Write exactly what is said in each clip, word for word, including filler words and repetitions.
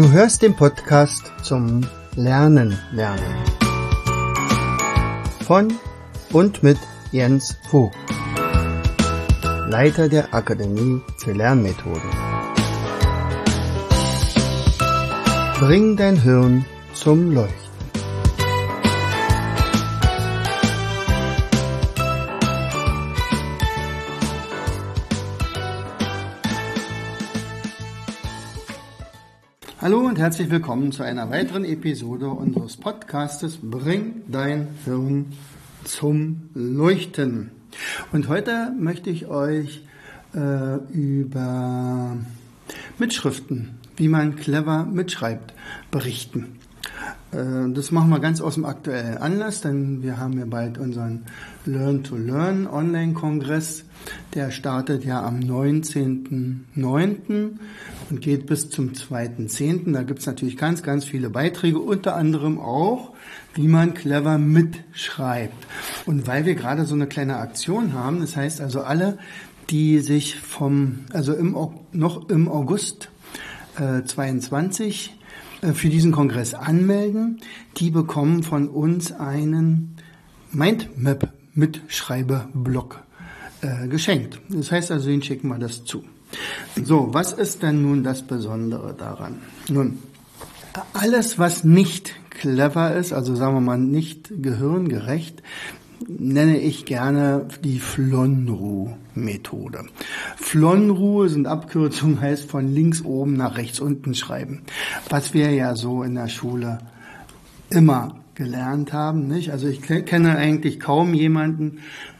Du hörst den Podcast zum Lernen lernen von und mit Jens Vogt, Leiter der Akademie für Lernmethoden. Bring dein Hirn zum Leuchten. Hallo und herzlich willkommen zu einer weiteren Episode unseres Podcastes Bring dein Hirn zum Leuchten. Und heute möchte ich euch äh, über Mitschriften, wie man clever mitschreibt, berichten. Äh, das machen wir ganz aus dem aktuellen Anlass, denn wir haben ja bald unseren Learn to Learn Online-Kongress. Der startet ja am neunzehnten neunten und geht bis zum zweiten zehnten Da gibt es natürlich ganz, ganz viele Beiträge, unter anderem auch, wie man clever mitschreibt. Und weil wir gerade so eine kleine Aktion haben, das heißt also alle, die sich vom, also im, noch im August äh, zweiundzwanzig äh, für diesen Kongress anmelden, die bekommen von uns einen Mindmap-Mitschreibe-Block äh, geschenkt. Das heißt also, den schicken wir das zu. So, was ist denn nun das Besondere daran? Nun, alles, was nicht clever ist, also sagen wir mal nicht gehirngerecht, nenne ich gerne die Flonru-Methode. Flonru sind Abkürzung, heißt von links oben nach rechts unten schreiben, was wir ja so in der Schule immer gelernt haben, nicht? Also ich kenne eigentlich kaum jemanden,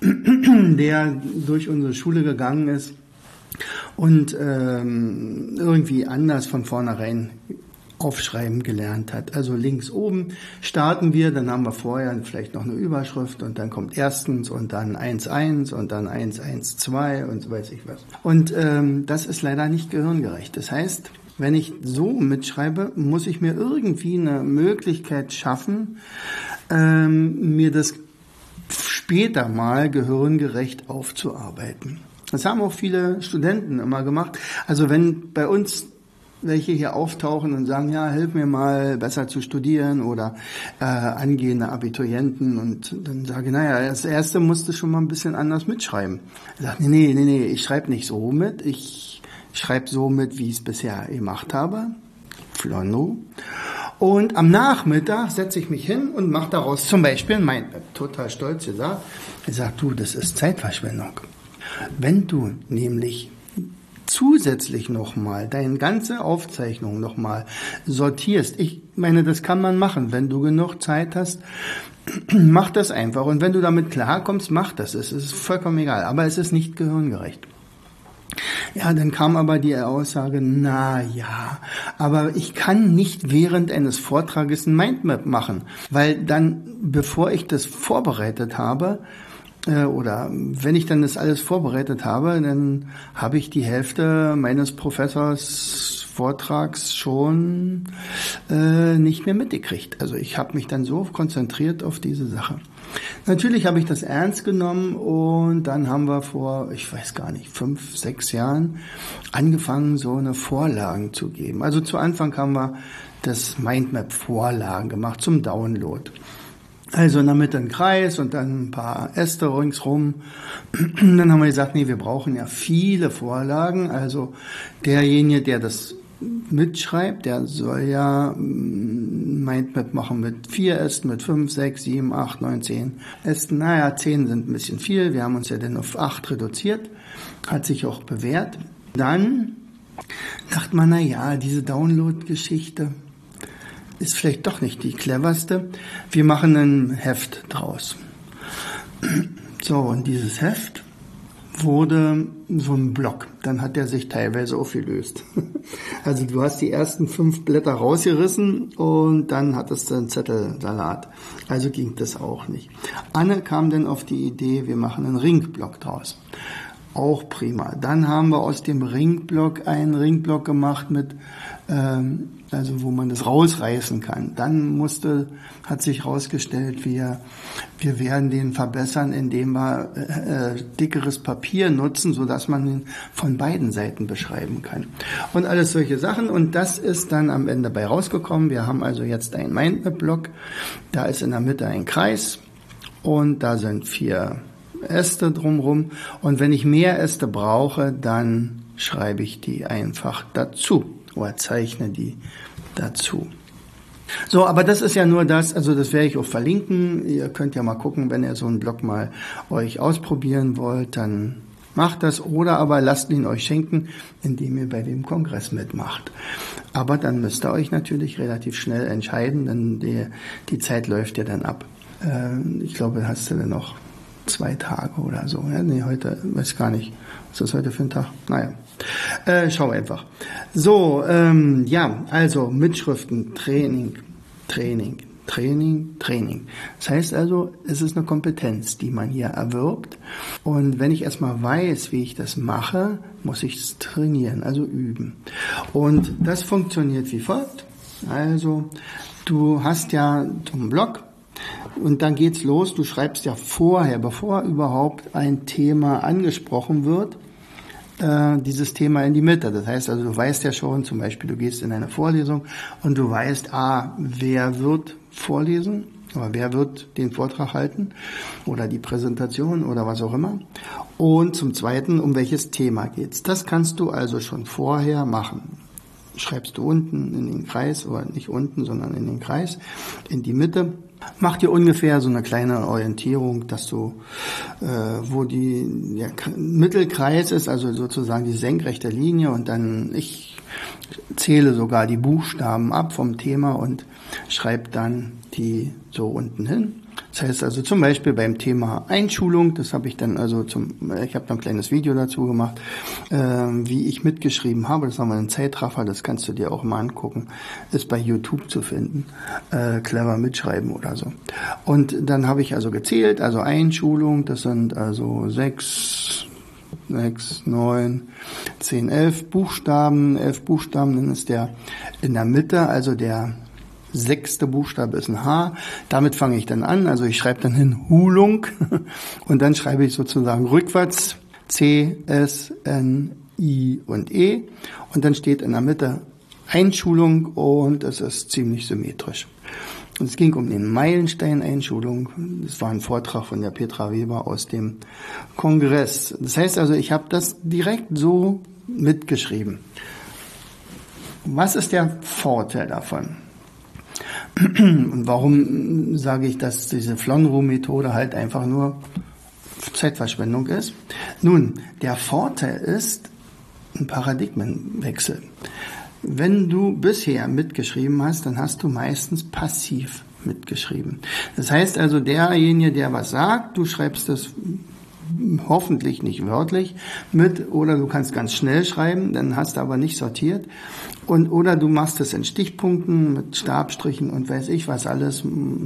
der durch unsere Schule gegangen ist und ähm, irgendwie anders von vornherein aufschreiben gelernt hat. Also links oben starten wir, dann haben wir vorher vielleicht noch eine Überschrift und dann kommt erstens und dann eins eins und dann eins eins zwei und so weiß ich was. Und ähm, das ist leider nicht gehirngerecht. Das heißt, wenn ich so mitschreibe, muss ich mir irgendwie eine Möglichkeit schaffen, ähm, mir das später mal gehirngerecht aufzuarbeiten. Das haben auch viele Studenten immer gemacht. Also wenn bei uns welche hier auftauchen und sagen, ja, hilf mir mal besser zu studieren oder äh, angehende Abiturienten und dann sage ich, naja, das erste musst du schon mal ein bisschen anders mitschreiben. Ich sage, nee, nee, nee, nee, ich schreibe nicht so mit, ich schreibe so mit, wie ich es bisher gemacht habe, Flonru. Und am Nachmittag setze ich mich hin und mache daraus zum Beispiel ein Mindmap. Total stolz gesagt. Ich sage, du, das ist Zeitverschwendung. Wenn du nämlich zusätzlich nochmal deine ganze Aufzeichnung nochmal sortierst. Ich meine, das kann man machen. Wenn du genug Zeit hast, mach das einfach. Und wenn du damit klarkommst, mach das. Es ist vollkommen egal. Aber es ist nicht gehirngerecht. Ja, dann kam aber die Aussage, na ja, aber ich kann nicht während eines Vortrages ein Mindmap machen. Weil dann, bevor ich das vorbereitet habe, oder wenn ich dann das alles vorbereitet habe, dann habe ich die Hälfte meines Professors Vortrags schon äh, nicht mehr mitgekriegt. Also ich habe mich dann so konzentriert auf diese Sache. Natürlich habe ich das ernst genommen und dann haben wir vor, ich weiß gar nicht, fünf, sechs Jahren angefangen, so eine Vorlagen zu geben. Also zu Anfang haben wir das Mindmap-Vorlagen gemacht zum Download. Also in der Mitte ein Kreis und dann ein paar Äste ringsrum. Dann haben wir gesagt, nee, wir brauchen ja viele Vorlagen. Also derjenige, der das mitschreibt, der soll ja ein Mindmap machen mit vier Ästen, mit fünf, sechs, sieben, acht, neun, zehn Ästen. Naja, zehn sind ein bisschen viel. Wir haben uns ja dann auf acht reduziert. Hat sich auch bewährt. Dann dachte man, na ja, diese Download-Geschichte ist vielleicht doch nicht die cleverste. Wir machen ein Heft draus. So, und dieses Heft wurde so ein Block. Dann hat der sich teilweise aufgelöst. Also du hast die ersten fünf Blätter rausgerissen und dann hattest du einen Zettelsalat. Also ging das auch nicht. Anne kam dann auf die Idee, wir machen einen Ringblock draus. auch prima. Dann haben wir aus dem Ringblock einen Ringblock gemacht mit, ähm, also wo man das rausreißen kann. Dann musste, hat sich herausgestellt, wir, wir werden den verbessern, indem wir äh, dickeres Papier nutzen, sodass man ihn von beiden Seiten beschreiben kann. Und alles solche Sachen. Und das ist dann am Ende bei rausgekommen. Wir haben also jetzt einen Mindmap-Block. Da ist in der Mitte ein Kreis und da sind vier Äste drumherum. Und wenn ich mehr Äste brauche, dann schreibe ich die einfach dazu oder zeichne die dazu. So, aber das ist ja nur das, also das werde ich auch verlinken. Ihr könnt ja mal gucken, wenn ihr so einen Blog mal euch ausprobieren wollt, dann macht das oder aber lasst ihn euch schenken, indem ihr bei dem Kongress mitmacht. Aber dann müsst ihr euch natürlich relativ schnell entscheiden, denn die, die Zeit läuft ja dann ab. Äh, ich glaube, hast du dann noch zwei Tage oder so. Ja? Nee, heute, weiß gar nicht. Was ist heute für ein Tag? Naja, äh, schau einfach. So, ähm, ja, also Mitschriften, Training, Training, Training, Training. Das heißt also, es ist eine Kompetenz, die man hier erwirbt. Und wenn ich erstmal weiß, wie ich das mache, muss ich es trainieren, also üben. Und das funktioniert wie folgt. Also, du hast ja einen Blog, und dann geht's los, du schreibst ja vorher, bevor überhaupt ein Thema angesprochen wird, äh, dieses Thema in die Mitte. Das heißt also, du weißt ja schon, zum Beispiel, du gehst in eine Vorlesung und du weißt, ah, wer wird vorlesen oder wer wird den Vortrag halten oder die Präsentation oder was auch immer. Und zum Zweiten, um welches Thema geht's. Das kannst du also schon vorher machen. Schreibst du unten in den Kreis, oder nicht unten, sondern in den Kreis, in die Mitte. Mach dir ungefähr so eine kleine Orientierung, dass du, äh, wo die der Mittelkreis ist, also sozusagen die senkrechte Linie und dann, ich zähle sogar die Buchstaben ab vom Thema und schreibe dann die so unten hin. Das heißt also zum Beispiel beim Thema Einschulung, das habe ich dann also zum, ich habe da ein kleines Video dazu gemacht, äh, wie ich mitgeschrieben habe, das ist nochmal ein Zeitraffer, das kannst du dir auch mal angucken, ist bei YouTube zu finden, äh, clever mitschreiben oder so. Und dann habe ich also gezählt, also Einschulung, das sind also sechs, sechs, neun, zehn, elf Buchstaben, elf Buchstaben, dann ist der in der Mitte, also der sechste Buchstabe ist ein H. Damit fange ich dann an. Also ich schreibe dann hin Hulung und dann schreibe ich sozusagen rückwärts C, S, N, I und E. Und dann steht in der Mitte Einschulung und es ist ziemlich symmetrisch. Und es ging um den Meilenstein Einschulung. Das war ein Vortrag von der Petra Weber aus dem Kongress. Das heißt also, ich habe das direkt so mitgeschrieben. Was ist der Vorteil davon? Und warum sage ich, dass diese Flonru-Methode halt einfach nur Zeitverschwendung ist? Nun, der Vorteil ist ein Paradigmenwechsel. Wenn du bisher mitgeschrieben hast, dann hast du meistens passiv mitgeschrieben. Das heißt also, derjenige, der was sagt, du schreibst das hoffentlich nicht wörtlich mit, oder du kannst ganz schnell schreiben, dann hast du aber nicht sortiert, und oder du machst es in Stichpunkten mit Stabstrichen und weiß ich was alles,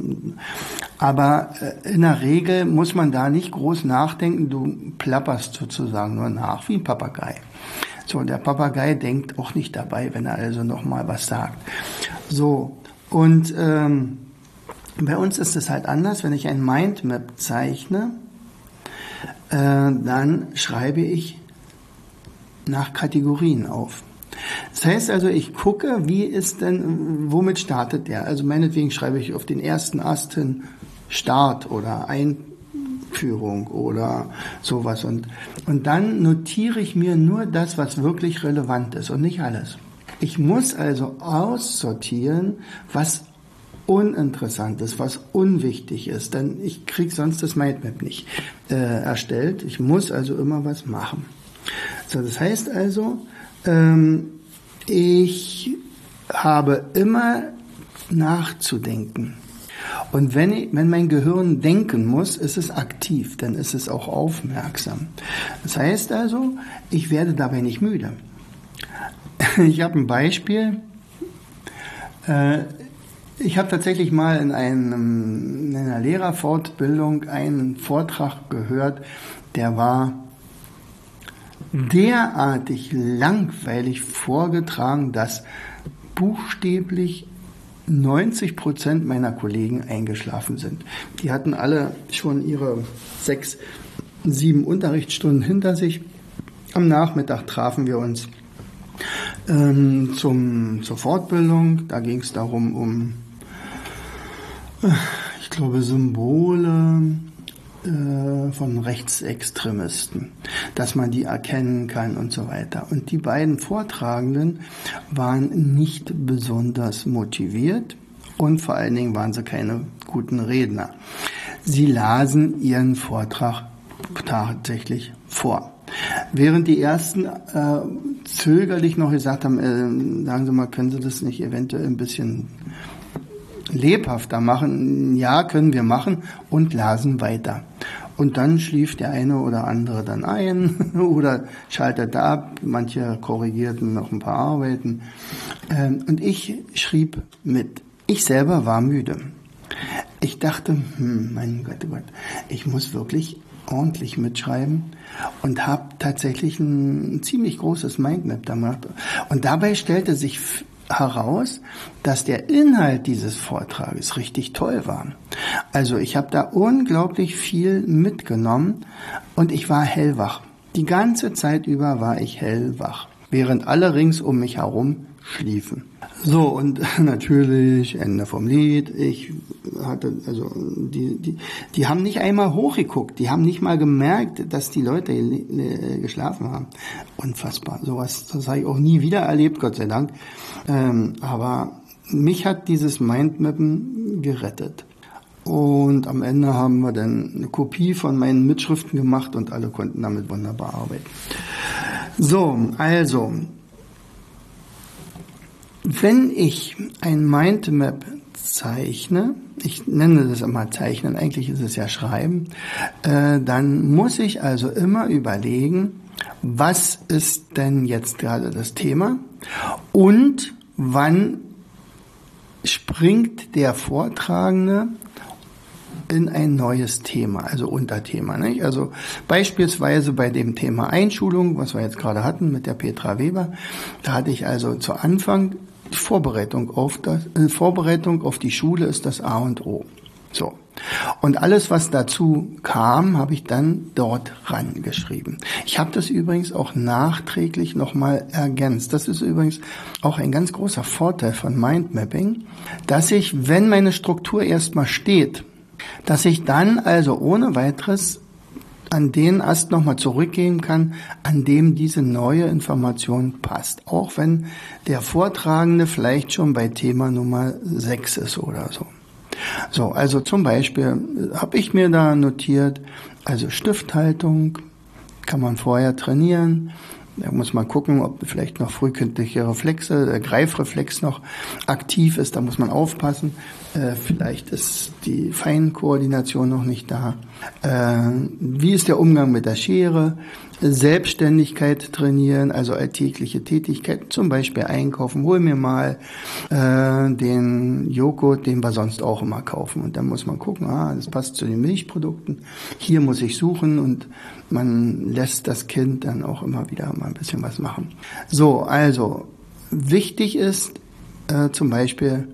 aber in der Regel muss man da nicht groß nachdenken, du plapperst sozusagen nur nach, wie ein Papagei. So, der Papagei denkt auch nicht dabei, wenn er also nochmal was sagt. So, und ähm, bei uns ist es halt anders, wenn ich ein Mindmap zeichne, äh, dann schreibe ich nach Kategorien auf. Das heißt also, ich gucke, wie ist denn, womit startet der? Also meinetwegen schreibe ich auf den ersten Ast hin Start oder Einführung oder sowas. Und, und dann notiere ich mir nur das, was wirklich relevant ist und nicht alles. Ich muss also aussortieren, was uninteressant ist, was unwichtig ist, denn ich kriege sonst das Mindmap nicht äh, erstellt. Ich muss also immer was machen. So, das heißt also, ähm, ich habe immer nachzudenken. Und wenn, ich, wenn mein Gehirn denken muss, ist es aktiv, dann ist es auch aufmerksam. Das heißt also, ich werde dabei nicht müde. Ich habe ein Beispiel. Äh, Ich habe tatsächlich mal in, einem, in einer Lehrerfortbildung einen Vortrag gehört, der war derartig langweilig vorgetragen, dass buchstäblich neunzig Prozent meiner Kollegen eingeschlafen sind. Die hatten alle schon ihre sechs, sieben Unterrichtsstunden hinter sich. Am Nachmittag trafen wir uns ähm, zum, zur Fortbildung. Da ging es darum, um, äh, ich glaube, Symbole äh, von Rechtsextremisten, dass man die erkennen kann und so weiter. Und die beiden Vortragenden waren nicht besonders motiviert und vor allen Dingen waren sie keine guten Redner. Sie lasen ihren Vortrag tatsächlich vor. Während die ersten äh, zögerlich noch gesagt haben, äh, sagen Sie mal, können Sie das nicht eventuell ein bisschen lebhafter machen? Ja, können wir machen, und lasen weiter. Und dann schlief der eine oder andere dann ein oder schaltete ab. Manche korrigierten noch ein paar Arbeiten. Ähm, und ich schrieb mit. Ich selber war müde. Ich dachte, hm, mein Gott, oh Gott, ich muss wirklich ordentlich mitschreiben und habe tatsächlich ein, ein ziemlich großes Mindmap gemacht. Und dabei stellte sich heraus, dass der Inhalt dieses Vortrages richtig toll war. Also ich habe da unglaublich viel mitgenommen und ich war hellwach. Die ganze Zeit über war ich hellwach, während alle rings um mich herum schliefen. So, und natürlich, Ende vom Lied, ich hatte, also, die, die, die haben nicht einmal hochgeguckt, die haben nicht mal gemerkt, dass die Leute geschlafen haben. Unfassbar. Sowas, das habe ich auch nie wieder erlebt, Gott sei Dank. Ähm, aber mich hat dieses Mindmappen gerettet. Und am Ende haben wir dann eine Kopie von meinen Mitschriften gemacht und alle konnten damit wunderbar arbeiten. So, also, wenn ich ein Mindmap zeichne, ich nenne das immer Zeichnen, eigentlich ist es ja Schreiben, äh, dann muss ich also immer überlegen, was ist denn jetzt gerade das Thema und wann springt der Vortragende in ein neues Thema, also Unterthema, nicht? Also beispielsweise bei dem Thema Einschulung, was wir jetzt gerade hatten mit der Petra Weber, da hatte ich also zu Anfang die Vorbereitung auf das, äh, Vorbereitung auf die Schule ist das A und O. So. Und alles, was dazu kam, habe ich dann dort rangeschrieben. Ich habe das übrigens auch nachträglich nochmal ergänzt. Das ist übrigens auch ein ganz großer Vorteil von Mindmapping, dass ich, wenn meine Struktur erstmal steht, dass ich dann also ohne weiteres an den Ast nochmal zurückgehen kann, an dem diese neue Information passt. Auch wenn der Vortragende vielleicht schon bei Thema Nummer sechs ist oder so. So, also zum Beispiel habe ich mir da notiert, also Stifthaltung kann man vorher trainieren. Da muss man gucken, ob vielleicht noch frühkindliche Reflexe, der Greifreflex noch aktiv ist. Da muss man aufpassen. Äh, vielleicht ist die Feinkoordination noch nicht da. Äh, wie ist der Umgang mit der Schere? Selbstständigkeit trainieren, also alltägliche Tätigkeit, zum Beispiel einkaufen. Hol mir mal äh, den Joghurt, den wir sonst auch immer kaufen. Und dann muss man gucken, ah, das passt zu den Milchprodukten. Hier muss ich suchen und man lässt das Kind dann auch immer wieder mal ein bisschen was machen. So, also wichtig ist äh, zum Beispiel,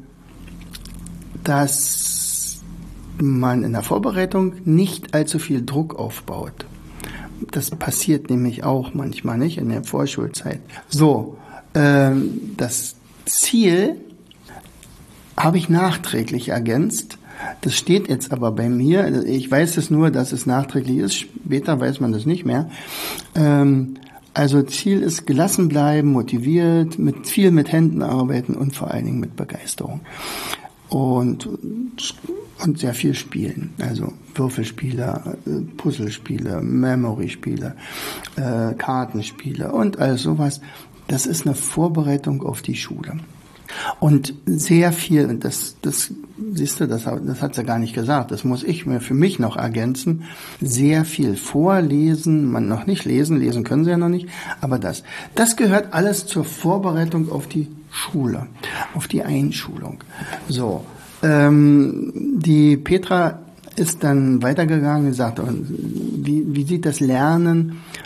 dass man in der Vorbereitung nicht allzu viel Druck aufbaut. Das passiert nämlich auch manchmal nicht in der Vorschulzeit. So, ähm, das Ziel habe ich nachträglich ergänzt. Das steht jetzt aber bei mir. Ich weiß es nur, dass es nachträglich ist. Später weiß man das nicht mehr. Ähm, also Ziel ist gelassen bleiben, motiviert, mit viel mit Händen arbeiten und vor allen Dingen mit Begeisterung. Und, und sehr viel spielen. Also Würfelspiele, Puzzlespiele, Memory-Spiele, äh, Kartenspiele und alles sowas. Das ist eine Vorbereitung auf die Schule. Und sehr viel, und das, das siehst du, das, das hat sie gar nicht gesagt, das muss ich mir für mich noch ergänzen, sehr viel vorlesen, man noch nicht lesen, lesen können sie ja noch nicht, aber das, das gehört alles zur Vorbereitung auf die Schule, auf die Einschulung. So, ähm, die Petra ist dann weitergegangen und sagte, wie, wie sieht das Lernen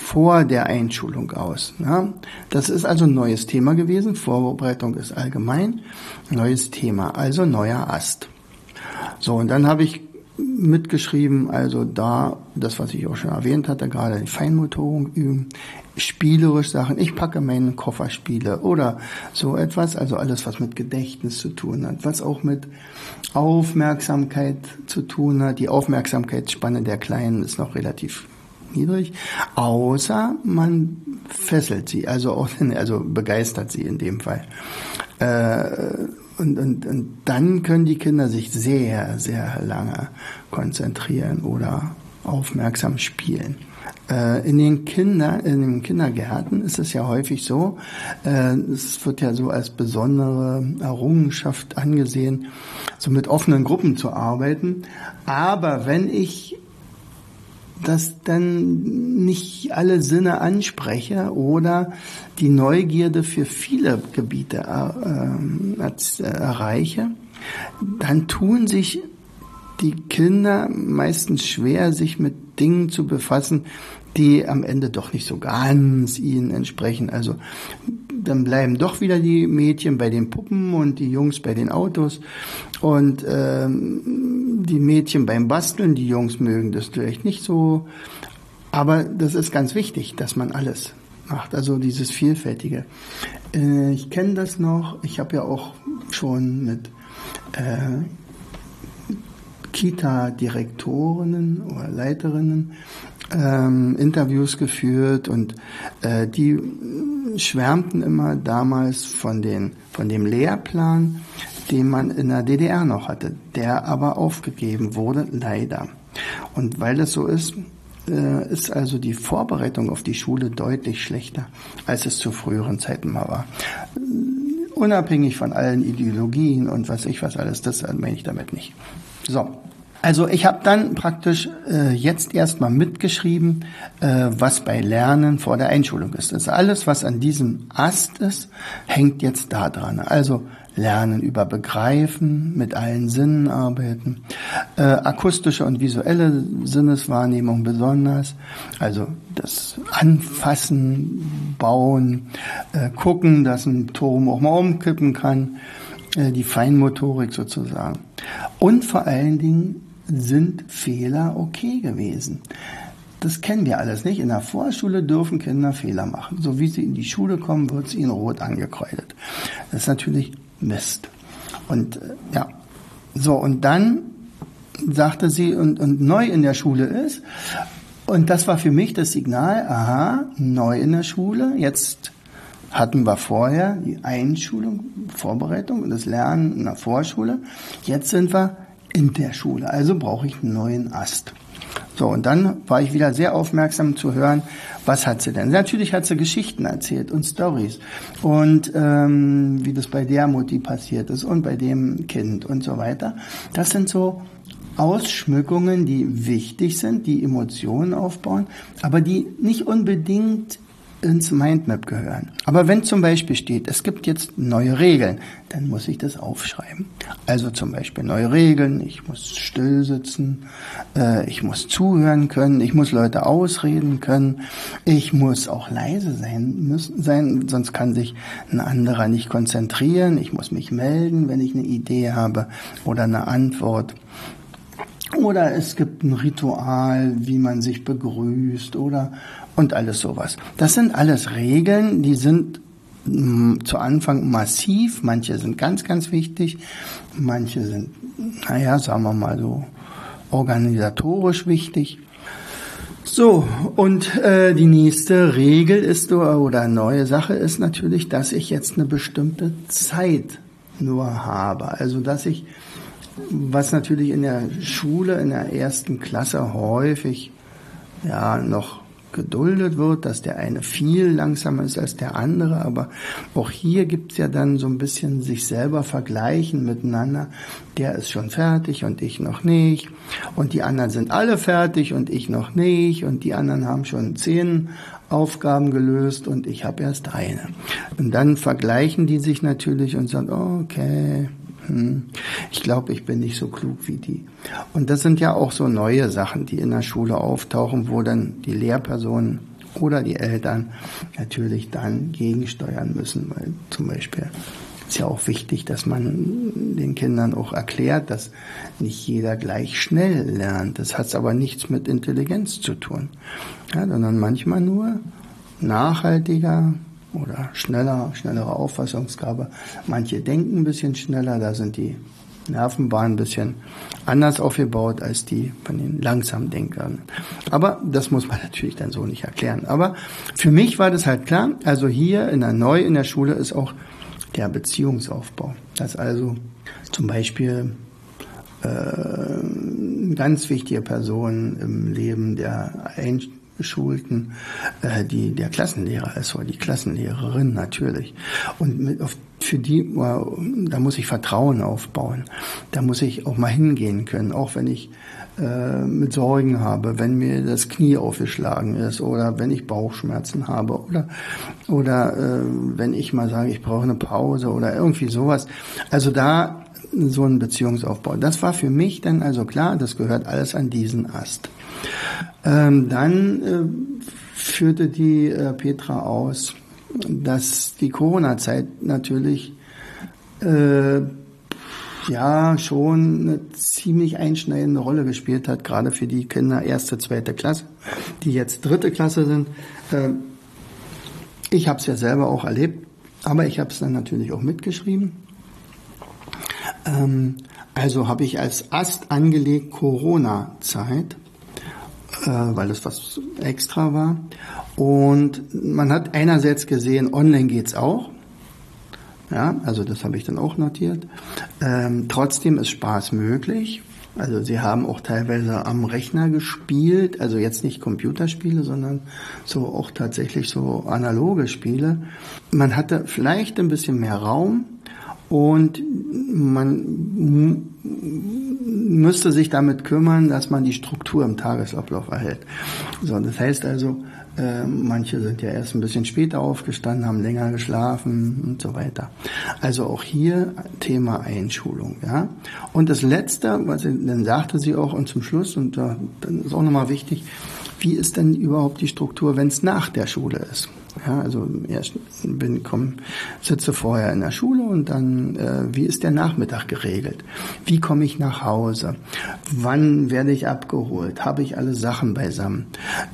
vor der Einschulung aus. Ja? Das ist also ein neues Thema gewesen. Vorbereitung ist allgemein. Neues Thema, also neuer Ast. So, und dann habe ich mitgeschrieben, also da, das, was ich auch schon erwähnt hatte, gerade die Feinmotorik üben, spielerisch Sachen, ich packe meinen Kofferspiele oder so etwas, also alles, was mit Gedächtnis zu tun hat, was auch mit Aufmerksamkeit zu tun hat. Die Aufmerksamkeitsspanne der Kleinen ist noch relativ niedrig, außer man fesselt sie, also, auch, also begeistert sie in dem Fall. Äh, Und, und, und dann können die Kinder sich sehr, sehr lange konzentrieren oder aufmerksam spielen. Äh, in den Kinder, in den Kindergärten ist es ja häufig so, äh, es wird ja so als besondere Errungenschaft angesehen, so mit offenen Gruppen zu arbeiten. Aber wenn ich das dann nicht alle Sinne anspreche oder die Neugierde für viele Gebiete äh, äh, erreiche, dann tun sich die Kinder meistens schwer, sich mit Dingen zu befassen, die am Ende doch nicht so ganz ihnen entsprechen. Also dann bleiben doch wieder die Mädchen bei den Puppen und die Jungs bei den Autos und ähm, die Mädchen beim Basteln, die Jungs mögen das vielleicht nicht so. Aber das ist ganz wichtig, dass man alles macht, also dieses Vielfältige. Äh, ich kenne das noch, ich habe ja auch schon mit äh, Kita-Direktorinnen oder Leiterinnen ähm, Interviews geführt und äh, die schwärmten immer damals von den von dem Lehrplan, den man in der D D R noch hatte, der aber aufgegeben wurde, leider. Und weil das so ist, äh, ist also die Vorbereitung auf die Schule deutlich schlechter, als es zu früheren Zeiten mal war. Unabhängig von allen Ideologien und was ich was alles, das meine ich damit nicht. So, also ich habe dann praktisch äh, jetzt erstmal mitgeschrieben, äh, was bei Lernen vor der Einschulung ist. Das ist alles, was an diesem Ast ist, hängt jetzt da dran. Also Lernen über Begreifen, mit allen Sinnen arbeiten, äh, akustische und visuelle Sinneswahrnehmung besonders, also das Anfassen, Bauen, äh, gucken, dass ein Turm auch mal umkippen kann, äh, die Feinmotorik sozusagen. Und vor allen Dingen sind Fehler okay gewesen. Das kennen wir alles nicht. In der Vorschule dürfen Kinder Fehler machen. So wie sie in die Schule kommen, wird es ihnen rot angekreidet. Das ist natürlich Mist. Und äh, ja, so und dann sagte sie, und, und neu in der Schule ist, und das war für mich das Signal, aha, neu in der Schule, jetzt hatten wir vorher die Einschulung, Vorbereitung und das Lernen in der Vorschule, jetzt sind wir in der Schule, also brauche ich einen neuen Ast. So, und dann war ich wieder sehr aufmerksam zu hören, was hat sie denn? Natürlich hat sie Geschichten erzählt und Storys und ähm, wie das bei der Mutti passiert ist und bei dem Kind und so weiter. Das sind so Ausschmückungen, die wichtig sind, die Emotionen aufbauen, aber die nicht unbedingt ins Mindmap gehören. Aber wenn zum Beispiel steht, es gibt jetzt neue Regeln, dann muss ich das aufschreiben. Also zum Beispiel neue Regeln, ich muss still sitzen, äh, ich muss zuhören können, ich muss Leute ausreden können, ich muss auch leise sein müssen, sein, sonst kann sich ein anderer nicht konzentrieren, ich muss mich melden, wenn ich eine Idee habe oder eine Antwort. Oder es gibt ein Ritual, wie man sich begrüßt oder und alles sowas. Das sind alles Regeln, die sind mh, zu Anfang massiv, manche sind ganz, ganz wichtig, manche sind, naja, sagen wir mal so, organisatorisch wichtig. So, und äh, die nächste Regel ist oder neue Sache ist natürlich, dass ich jetzt eine bestimmte Zeit nur habe. Also, dass ich, was natürlich in der Schule, in der ersten Klasse häufig ja noch geduldet wird, dass der eine viel langsamer ist als der andere, aber auch hier gibt's ja dann so ein bisschen sich selber vergleichen miteinander. Der ist schon fertig und ich noch nicht und die anderen sind alle fertig und ich noch nicht und die anderen haben schon zehn Aufgaben gelöst und ich habe erst eine. Und dann vergleichen die sich natürlich und sagen, okay, ich glaube, ich bin nicht so klug wie die. Und das sind ja auch so neue Sachen, die in der Schule auftauchen, wo dann die Lehrpersonen oder die Eltern natürlich dann gegensteuern müssen, weil zum Beispiel ist ja auch wichtig, dass man den Kindern auch erklärt, dass nicht jeder gleich schnell lernt. Das hat aber nichts mit Intelligenz zu tun, ja, sondern manchmal nur nachhaltiger oder schneller, schnellere Auffassungsgabe. Manche denken ein bisschen schneller, da sind die Nervenbahnen ein bisschen anders aufgebaut als die von den Langsamdenkern. Aber das muss man natürlich dann so nicht erklären. Aber für mich war das halt klar, also hier in der Neu in der Schule ist auch der Beziehungsaufbau. Dass also zum Beispiel äh, eine ganz wichtige Person im Leben der Einschulten, äh, die der Klassenlehrer ist oder die Klassenlehrerin natürlich. Und mit, auf, für die, da muss ich Vertrauen aufbauen. Da muss ich auch mal hingehen können, auch wenn ich äh, mit Sorgen habe, wenn mir das Knie aufgeschlagen ist oder wenn ich Bauchschmerzen habe oder oder äh, wenn ich mal sage, ich brauche eine Pause oder irgendwie sowas. Also da so ein Beziehungsaufbau. Das war für mich dann also klar, das gehört alles an diesen Ast. Ähm, dann äh, führte die äh, Petra aus, dass die Corona-Zeit natürlich äh, ja schon eine ziemlich einschneidende Rolle gespielt hat, gerade für die Kinder erste, zweite Klasse, die jetzt dritte Klasse sind. Äh, ich habe es ja selber auch erlebt, aber ich habe es dann natürlich auch mitgeschrieben. Ähm, also habe ich als Ast angelegt Corona-Zeit, äh, weil es was extra war. Und man hat einerseits gesehen, online geht's auch. Ja, also das habe ich dann auch notiert. Ähm, trotzdem ist Spaß möglich. Also sie haben auch teilweise am Rechner gespielt, also jetzt nicht Computerspiele, sondern so auch tatsächlich so analoge Spiele. Man hatte vielleicht ein bisschen mehr Raum und man müsste sich damit kümmern, dass man die Struktur im Tagesablauf erhält. So, das heißt also, Äh, manche sind ja erst ein bisschen später aufgestanden, haben länger geschlafen und so weiter. Also auch hier Thema Einschulung, ja. Und das Letzte, was sie, dann sagte sie auch und zum Schluss, und äh, dann ist auch nochmal wichtig, wie ist denn überhaupt die Struktur, wenn es nach der Schule ist? Ja, also erst bin, komm, sitze vorher in der Schule und dann, äh, wie ist der Nachmittag geregelt? Wie komme ich nach Hause? Wann werde ich abgeholt? Habe ich alle Sachen beisammen?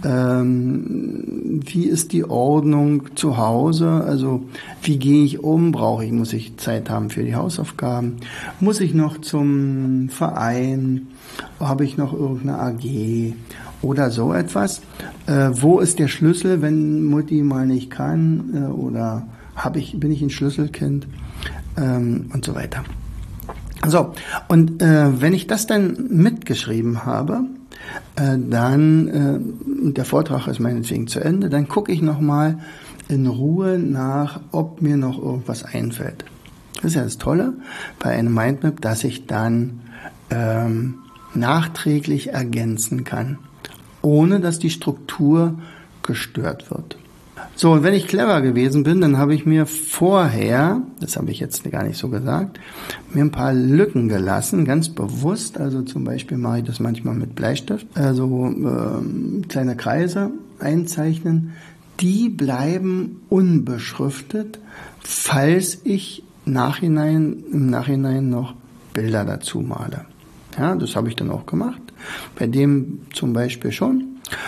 Ähm, wie ist die Ordnung zu Hause? Also wie gehe ich um? Brauche ich, muss ich Zeit haben für die Hausaufgaben? Muss ich noch zum Verein? Habe ich noch irgendeine A G? Oder so etwas. Äh, wo ist der Schlüssel, wenn Mutti mal nicht kann? Äh, oder hab ich, bin ich ein Schlüsselkind? Ähm, und so weiter. So, und äh, wenn ich das dann mitgeschrieben habe, äh, dann, äh, der Vortrag ist meinetwegen zu Ende, dann gucke ich nochmal in Ruhe nach, ob mir noch irgendwas einfällt. Das ist ja das Tolle bei einem Mindmap, dass ich dann ähm, nachträglich ergänzen kann, ohne dass die Struktur gestört wird. So, und wenn ich clever gewesen bin, dann habe ich mir vorher, das habe ich jetzt gar nicht so gesagt, mir ein paar Lücken gelassen, ganz bewusst. Also zum Beispiel mache ich das manchmal mit Bleistift, also äh, kleine Kreise einzeichnen. Die bleiben unbeschriftet, falls ich nachhinein, im Nachhinein noch Bilder dazu male. Ja, das habe ich dann auch gemacht. Bei dem zum Beispiel schon.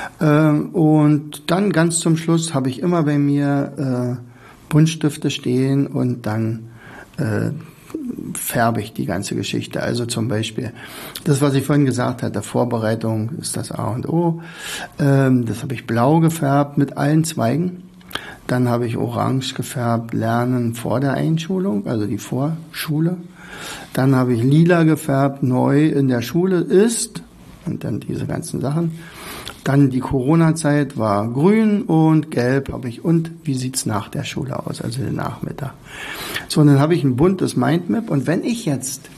Und dann ganz zum Schluss habe ich immer bei mir äh, Buntstifte stehen und dann äh, färbe ich die ganze Geschichte. Also zum Beispiel das, was ich vorhin gesagt hatte, Vorbereitung ist das A und O. Ähm, das habe ich blau gefärbt mit allen Zweigen. Dann habe ich orange gefärbt, Lernen vor der Einschulung, also die Vorschule. Dann habe ich lila gefärbt, neu in der Schule ist, und dann diese ganzen Sachen. Dann die Corona-Zeit war grün und gelb habe ich, und wie sieht's nach der Schule aus, also den Nachmittag. So, und dann habe ich ein buntes Mindmap, und wenn ich jetzt,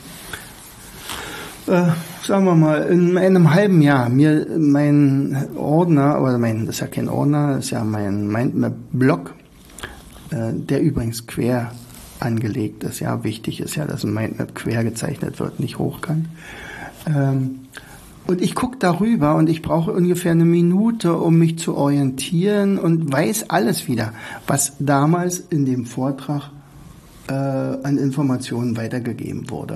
äh, sagen wir mal, in einem halben Jahr mir mein Ordner, oder mein, das ist ja kein Ordner, das ist ja mein Mindmap-Block, äh, der übrigens quer angelegt ist, ja, wichtig ist ja, dass ein Mindmap quer gezeichnet wird, nicht hochkant. Ähm, Und ich gucke darüber und ich brauche ungefähr eine Minute, um mich zu orientieren und weiß alles wieder, was damals in dem Vortrag äh, an Informationen weitergegeben wurde.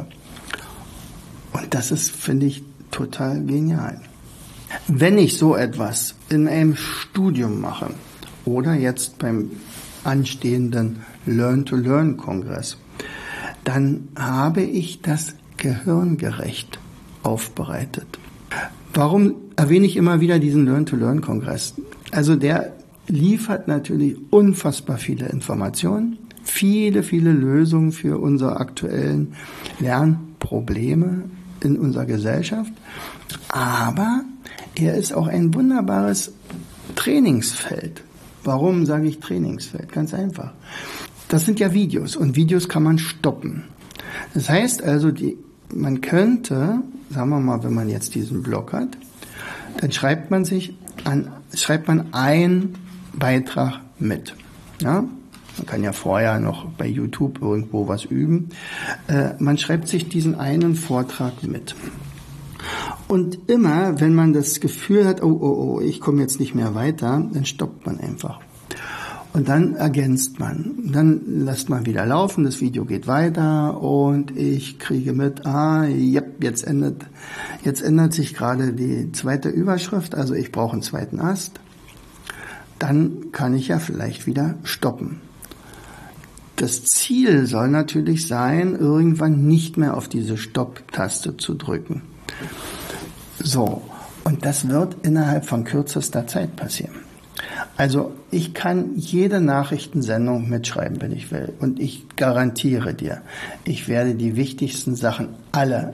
Und das ist, finde ich, total genial. Wenn ich so etwas in einem Studium mache oder jetzt beim anstehenden Learn-to-Learn-Kongress, dann habe ich das gehirngerecht aufbereitet. Warum erwähne ich immer wieder diesen Learn-to-Learn-Kongress? Also der liefert natürlich unfassbar viele Informationen, viele, viele Lösungen für unsere aktuellen Lernprobleme in unserer Gesellschaft, aber er ist auch ein wunderbares Trainingsfeld. Warum sage ich Trainingsfeld? Ganz einfach. Das sind ja Videos und Videos kann man stoppen. Das heißt also, die, man könnte, sagen wir mal, wenn man jetzt diesen Blog hat, dann schreibt man sich an, schreibt man einen Beitrag mit. Ja? Man kann ja vorher noch bei YouTube irgendwo was üben. Äh, man schreibt sich diesen einen Vortrag mit. Und immer, wenn man das Gefühl hat, oh, oh, oh, ich komme jetzt nicht mehr weiter, dann stoppt man einfach. Und dann ergänzt man. Dann lässt man wieder laufen, das Video geht weiter und ich kriege mit, ah, yep, jetzt ändert, jetzt ändert sich gerade die zweite Überschrift, also ich brauche einen zweiten Ast. Dann kann ich ja vielleicht wieder stoppen. Das Ziel soll natürlich sein, irgendwann nicht mehr auf diese Stopp-Taste zu drücken. So, und das wird innerhalb von kürzester Zeit passieren. Also ich kann jede Nachrichtensendung mitschreiben, wenn ich will. Und ich garantiere dir, ich werde die wichtigsten Sachen alle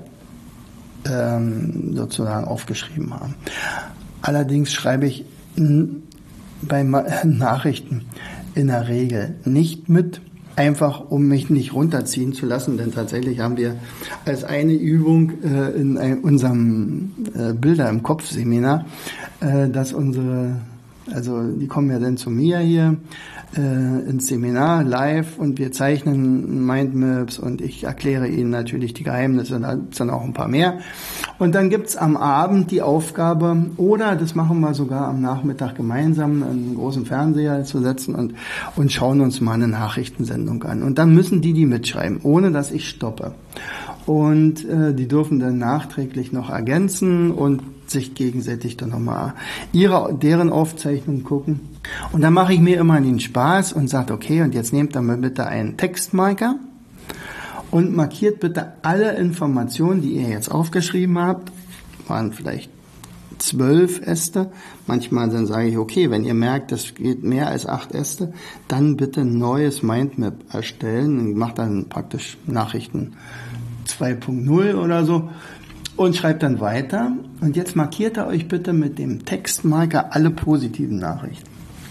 ähm, sozusagen aufgeschrieben haben. Allerdings schreibe ich n- bei Ma- Nachrichten in der Regel nicht mit, einfach um mich nicht runterziehen zu lassen, denn tatsächlich haben wir als eine Übung äh, in ein, unserem äh, Bilder im Kopf Seminar, äh, dass unsere, also die kommen ja dann zu mir hier äh, ins Seminar live und wir zeichnen Mindmaps und ich erkläre ihnen natürlich die Geheimnisse, da gibt's dann auch ein paar mehr. Und dann gibt's am Abend die Aufgabe, oder das machen wir sogar am Nachmittag gemeinsam, einen großen Fernseher zu setzen und, und schauen uns mal eine Nachrichtensendung an. Und dann müssen die die mitschreiben, ohne dass ich stoppe. Und äh, die dürfen dann nachträglich noch ergänzen und sich gegenseitig dann nochmal ihre, deren Aufzeichnung gucken. Und dann mache ich mir immer den Spaß und sage, okay, und jetzt nehmt dann mal bitte einen Textmarker und markiert bitte alle Informationen, die ihr jetzt aufgeschrieben habt. Waren vielleicht zwölf Äste. Manchmal dann sage ich, okay, wenn ihr merkt, das geht mehr als acht Äste, dann bitte ein neues Mindmap erstellen und macht dann praktisch Nachrichten zwei Punkt null oder so und schreibt dann weiter. Und jetzt markiert ihr euch bitte mit dem Textmarker alle positiven Nachrichten.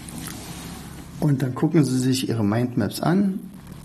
Und dann gucken Sie sich Ihre Mindmaps an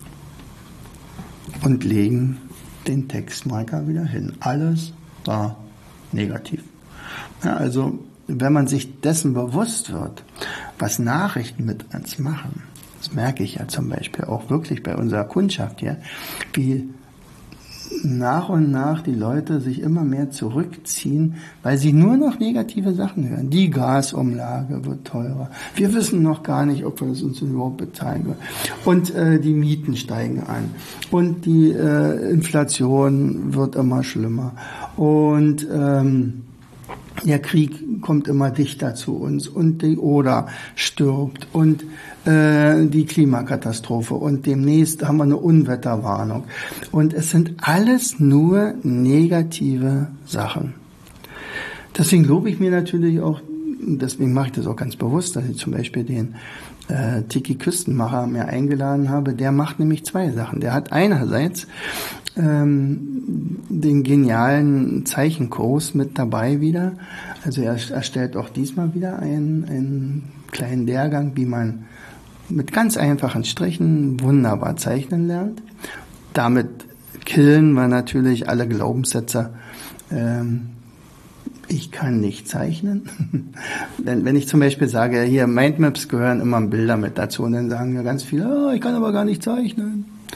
und legen den Textmarker wieder hin. Alles war negativ. Ja, also wenn man sich dessen bewusst wird, was Nachrichten mit uns machen, das merke ich ja zum Beispiel auch wirklich bei unserer Kundschaft hier, wie nach und nach die Leute sich immer mehr zurückziehen, weil sie nur noch negative Sachen hören. Die Gasumlage wird teurer. Wir wissen noch gar nicht, ob wir das uns überhaupt bezahlen können. Und äh, die Mieten steigen an. Und die äh, Inflation wird immer schlimmer. Und ähm, der Krieg kommt immer dichter zu uns und die Oder stirbt und äh, die Klimakatastrophe und demnächst haben wir eine Unwetterwarnung. Und es sind alles nur negative Sachen. Deswegen lobe ich mir natürlich auch, deswegen mache ich das auch ganz bewusst, dass ich zum Beispiel den äh, Tiki Küstenmacher mir eingeladen habe. Der macht nämlich zwei Sachen. Der hat einerseits ähm, den genialen Zeichenkurs mit dabei wieder. Also er erstellt auch diesmal wieder einen, einen kleinen Lehrgang, wie man mit ganz einfachen Strichen wunderbar zeichnen lernt. Damit killen wir natürlich alle Glaubenssätze. Ähm, ich kann nicht zeichnen. Denn wenn ich zum Beispiel sage, hier Mindmaps gehören immer Bilder mit dazu und dann sagen ja ganz viele, oh, ich kann aber gar nicht zeichnen.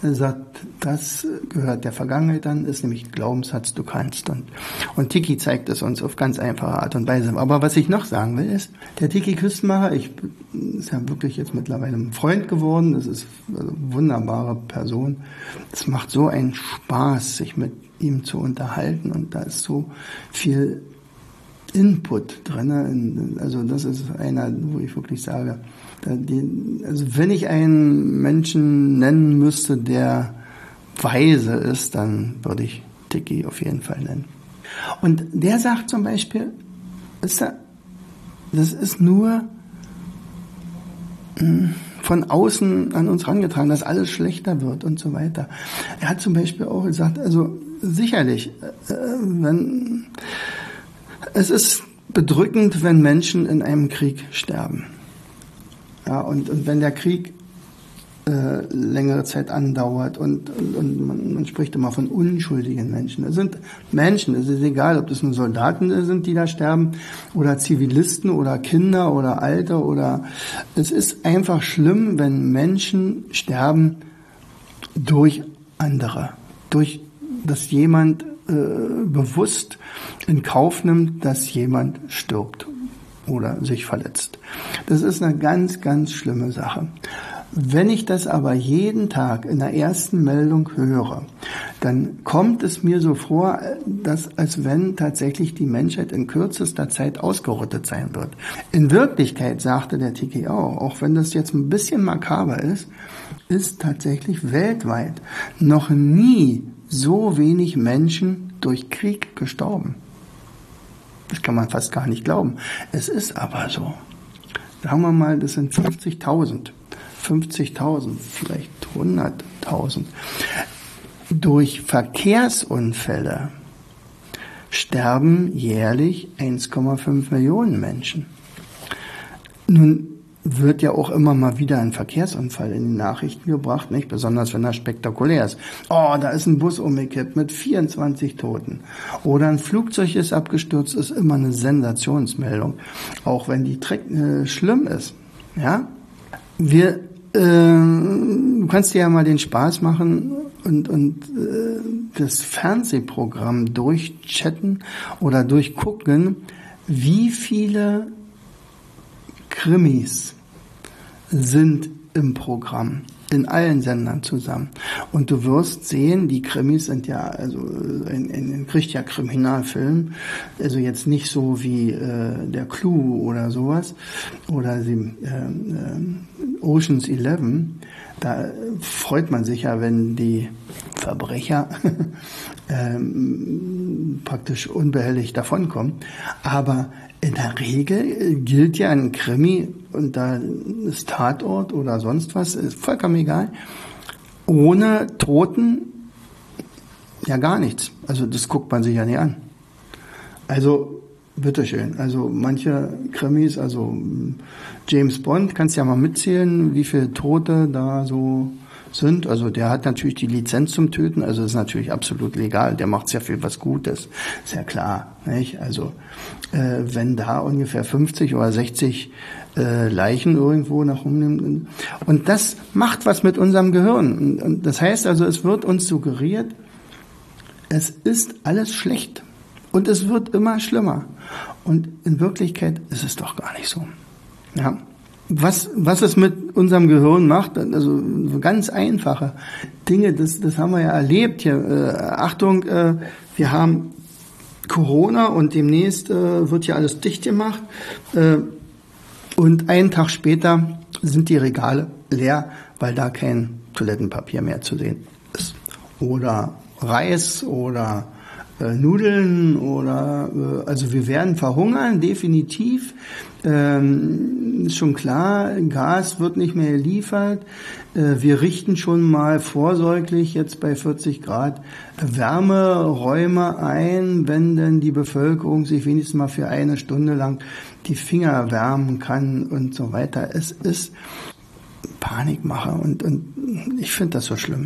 Er sagt, das gehört der Vergangenheit an, ist nämlich ein Glaubenssatz, du kannst. Und, und Tiki zeigt es uns auf ganz einfache Art und Weise. Aber was ich noch sagen will, ist, der Tiki Küstenmacher, ich ist ja wirklich jetzt mittlerweile ein Freund geworden, das ist eine wunderbare Person. Es macht so einen Spaß, sich mit ihm zu unterhalten, und da ist so viel Input drin. Also das ist einer, wo ich wirklich sage, also wenn ich einen Menschen nennen müsste, der weise ist, dann würde ich Tiki auf jeden Fall nennen. Und der sagt zum Beispiel, das ist nur von außen an uns herangetragen, dass alles schlechter wird und so weiter. Er hat zum Beispiel auch gesagt, also sicherlich, wenn, es ist bedrückend, wenn Menschen in einem Krieg sterben. Ja, und, und wenn der Krieg äh, längere Zeit andauert und, und, und man, man spricht immer von unschuldigen Menschen. Es sind Menschen, es ist egal, ob das nur Soldaten sind, die da sterben, oder Zivilisten oder Kinder oder Alte, oder es ist einfach schlimm, wenn Menschen sterben durch andere, durch dass jemand äh, bewusst in Kauf nimmt, dass jemand stirbt oder sich verletzt. Das ist eine ganz, ganz schlimme Sache. Wenn ich das aber jeden Tag in der ersten Meldung höre, dann kommt es mir so vor, dass als wenn tatsächlich die Menschheit in kürzester Zeit ausgerottet sein wird. In Wirklichkeit, sagte der Tiki auch, auch wenn das jetzt ein bisschen makaber ist, ist tatsächlich weltweit noch nie so wenig Menschen durch Krieg gestorben. Das kann man fast gar nicht glauben. Es ist aber so. Sagen wir mal, das sind fünfzigtausend. fünfzigtausend, vielleicht hunderttausend. Durch Verkehrsunfälle sterben jährlich eins Komma fünf Millionen Menschen. Nun wird ja auch immer mal wieder ein Verkehrsunfall in die Nachrichten gebracht, nicht? Besonders wenn er spektakulär ist. Oh, da ist ein Bus umgekippt mit vierundzwanzig Toten. Oder ein Flugzeug ist abgestürzt, ist immer eine Sensationsmeldung. Auch wenn die Dreck, äh, schlimm ist. Ja? Wir, äh, du kannst dir ja mal den Spaß machen und, und äh, das Fernsehprogramm durchchatten oder durchgucken, wie viele Krimis sind im Programm, in allen Sendern zusammen. Und du wirst sehen, die Krimis sind ja, also ein, ein kriegt ja Kriminalfilm, also jetzt nicht so wie äh, der Clou oder sowas, oder die, äh, äh, Ocean's Eleven. Da freut man sich ja, wenn die Verbrecher ähm, praktisch unbehelligt davonkommen. Aber in der Regel gilt ja ein Krimi, und da ist Tatort oder sonst was, ist vollkommen egal. Ohne Toten ja gar nichts. Also das guckt man sich ja nicht an. Also bitteschön. Also manche Krimis, also James Bond, kannst ja mal mitzählen, wie viele Tote da so sind. Also der hat natürlich die Lizenz zum Töten, also ist natürlich absolut legal. Der macht sehr viel was Gutes, ist ja klar, nicht? Also äh, wenn da ungefähr fünfzig oder sechzig äh, Leichen irgendwo nach rumnehmen, und das macht was mit unserem Gehirn. Und, und das heißt also, es wird uns suggeriert, es ist alles schlecht und es wird immer schlimmer. Und in Wirklichkeit ist es doch gar nicht so. Ja. Was, was es mit unserem Gehirn macht, also ganz einfache Dinge, das, das haben wir ja erlebt hier. Äh, Achtung, äh, wir haben Corona und demnächst äh, wird ja alles dicht gemacht. Äh, und einen Tag später sind die Regale leer, weil da kein Toilettenpapier mehr zu sehen ist. Oder Reis oder äh, Nudeln oder, äh, also wir werden verhungern, definitiv. Ähm, ist schon klar, Gas wird nicht mehr geliefert. Äh, wir richten schon mal vorsorglich jetzt bei vierzig Grad Wärmeräume ein, wenn denn die Bevölkerung sich wenigstens mal für eine Stunde lang die Finger wärmen kann und so weiter. Es ist Panikmache und, und ich finde das so schlimm.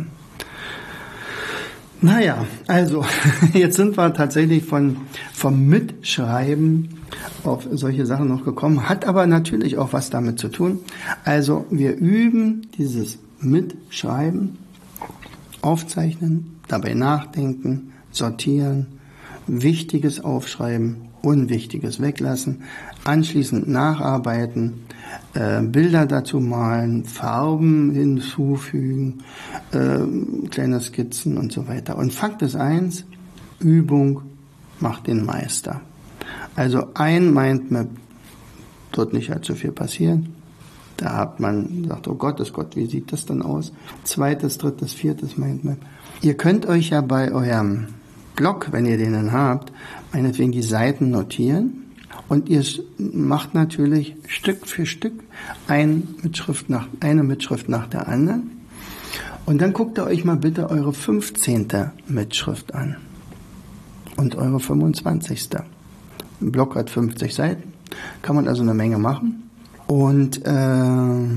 Naja, also jetzt sind wir tatsächlich von vom Mitschreiben auf solche Sachen noch gekommen, hat aber natürlich auch was damit zu tun. Also wir üben dieses Mitschreiben Aufzeichnen, dabei nachdenken, sortieren, Wichtiges aufschreiben, Unwichtiges weglassen, anschließend nacharbeiten, äh, Bilder dazu malen, Farben hinzufügen, äh, kleine Skizzen und so weiter. Und Fakt ist eins, Übung macht den Meister. Also ein Mindmap wird nicht allzu viel passieren. Da hat man gesagt, oh Gott, oh Gott, wie sieht das dann aus? Zweites, drittes, viertes Mindmap. Ihr könnt euch ja bei eurem Blog, wenn ihr den dann habt, meinetwegen die Seiten notieren und ihr macht natürlich Stück für Stück ein Mitschrift nach, eine Mitschrift nach der anderen und dann guckt ihr euch mal bitte eure fünfzehnte Mitschrift an und eure fünfundzwanzigste. Ein Blog hat fünfzig Seiten, kann man also eine Menge machen. Und äh,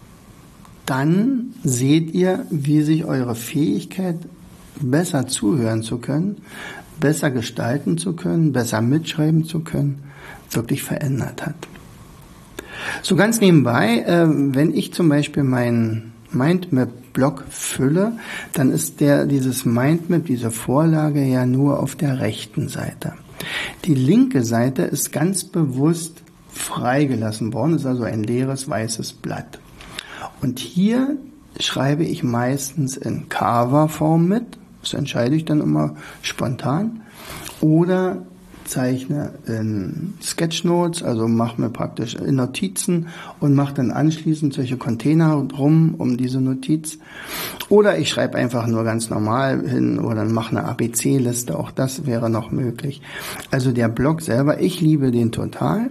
dann seht ihr, wie sich eure Fähigkeit, besser zuhören zu können, besser gestalten zu können, besser mitschreiben zu können, wirklich verändert hat. So ganz nebenbei, äh, wenn ich zum Beispiel meinen Mindmap-Blog fülle, dann ist der dieses Mindmap, diese Vorlage ja nur auf der rechten Seite. Die linke Seite ist ganz bewusst freigelassen worden, ist also ein leeres weißes Blatt. Und hier schreibe ich meistens in Canva-Form mit, das entscheide ich dann immer spontan, oder zeichne in Sketchnotes, also mache mir praktisch in Notizen und mache dann anschließend solche Container drum um diese Notiz. Oder ich schreibe einfach nur ganz normal hin oder mache eine A B C-Liste, auch das wäre noch möglich. Also der Blog selber, ich liebe den total.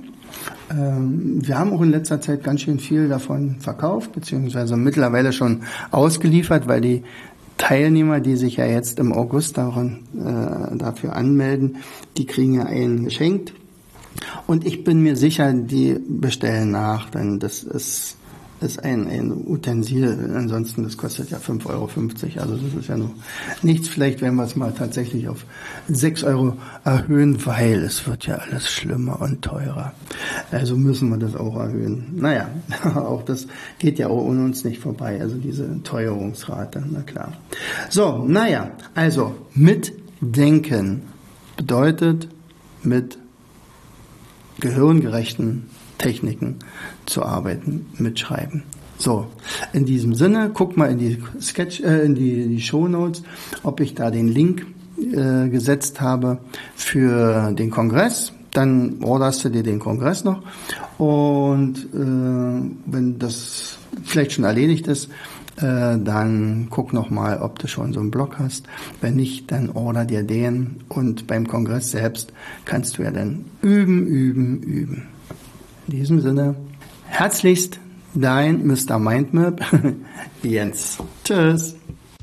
Wir haben auch in letzter Zeit ganz schön viel davon verkauft, beziehungsweise mittlerweile schon ausgeliefert, weil die Teilnehmer, die sich ja jetzt im August darin, äh, dafür anmelden, die kriegen ja einen geschenkt. Und ich bin mir sicher, die bestellen nach, denn das ist, ist ein, ein Utensil. Ansonsten, das kostet ja fünf Euro fünfzig, also das ist ja noch nichts. Vielleicht werden wir es mal tatsächlich auf sechs Euro erhöhen, weil es wird ja alles schlimmer und teurer. Also müssen wir das auch erhöhen. Naja, auch das geht ja auch an uns nicht vorbei, also diese Teuerungsrate, na klar. So, naja, also mitdenken bedeutet mit gehirngerechten Techniken zu arbeiten, mitschreiben. So, in diesem Sinne, guck mal in die Sketch, äh, in die, die Shownotes, ob ich da den Link äh, gesetzt habe für den Kongress. Dann orderst du dir den Kongress noch und äh, wenn das vielleicht schon erledigt ist, äh, dann guck noch mal, ob du schon so einen Blog hast. Wenn nicht, dann order dir den und beim Kongress selbst kannst du ja dann üben, üben, üben. In diesem Sinne, herzlichst dein Mister Mindmap, Jens. Tschüss.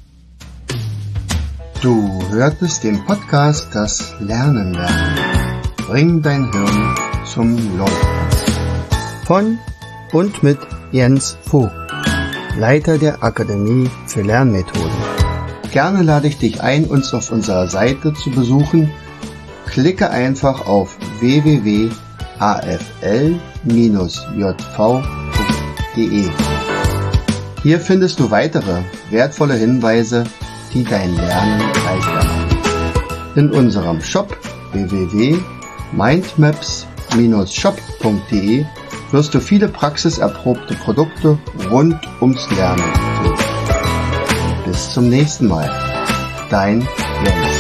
Du hörtest den Podcast Das Lernen lernen. Bring dein Hirn zum Leuchten. Von und mit Jens Vogt, Leiter der Akademie für Lernmethoden. Gerne lade ich dich ein, uns auf unserer Seite zu besuchen. Klicke einfach auf w w w punkt a f l bindestrich j v punkt d e. Hier findest du weitere wertvolle Hinweise, die dein Lernen leichter machen. In unserem Shop w w w punkt mindmaps Bindestrich shop punkt d e wirst du viele praxiserprobte Produkte rund ums Lernen finden. Bis zum nächsten Mal. Dein Jens.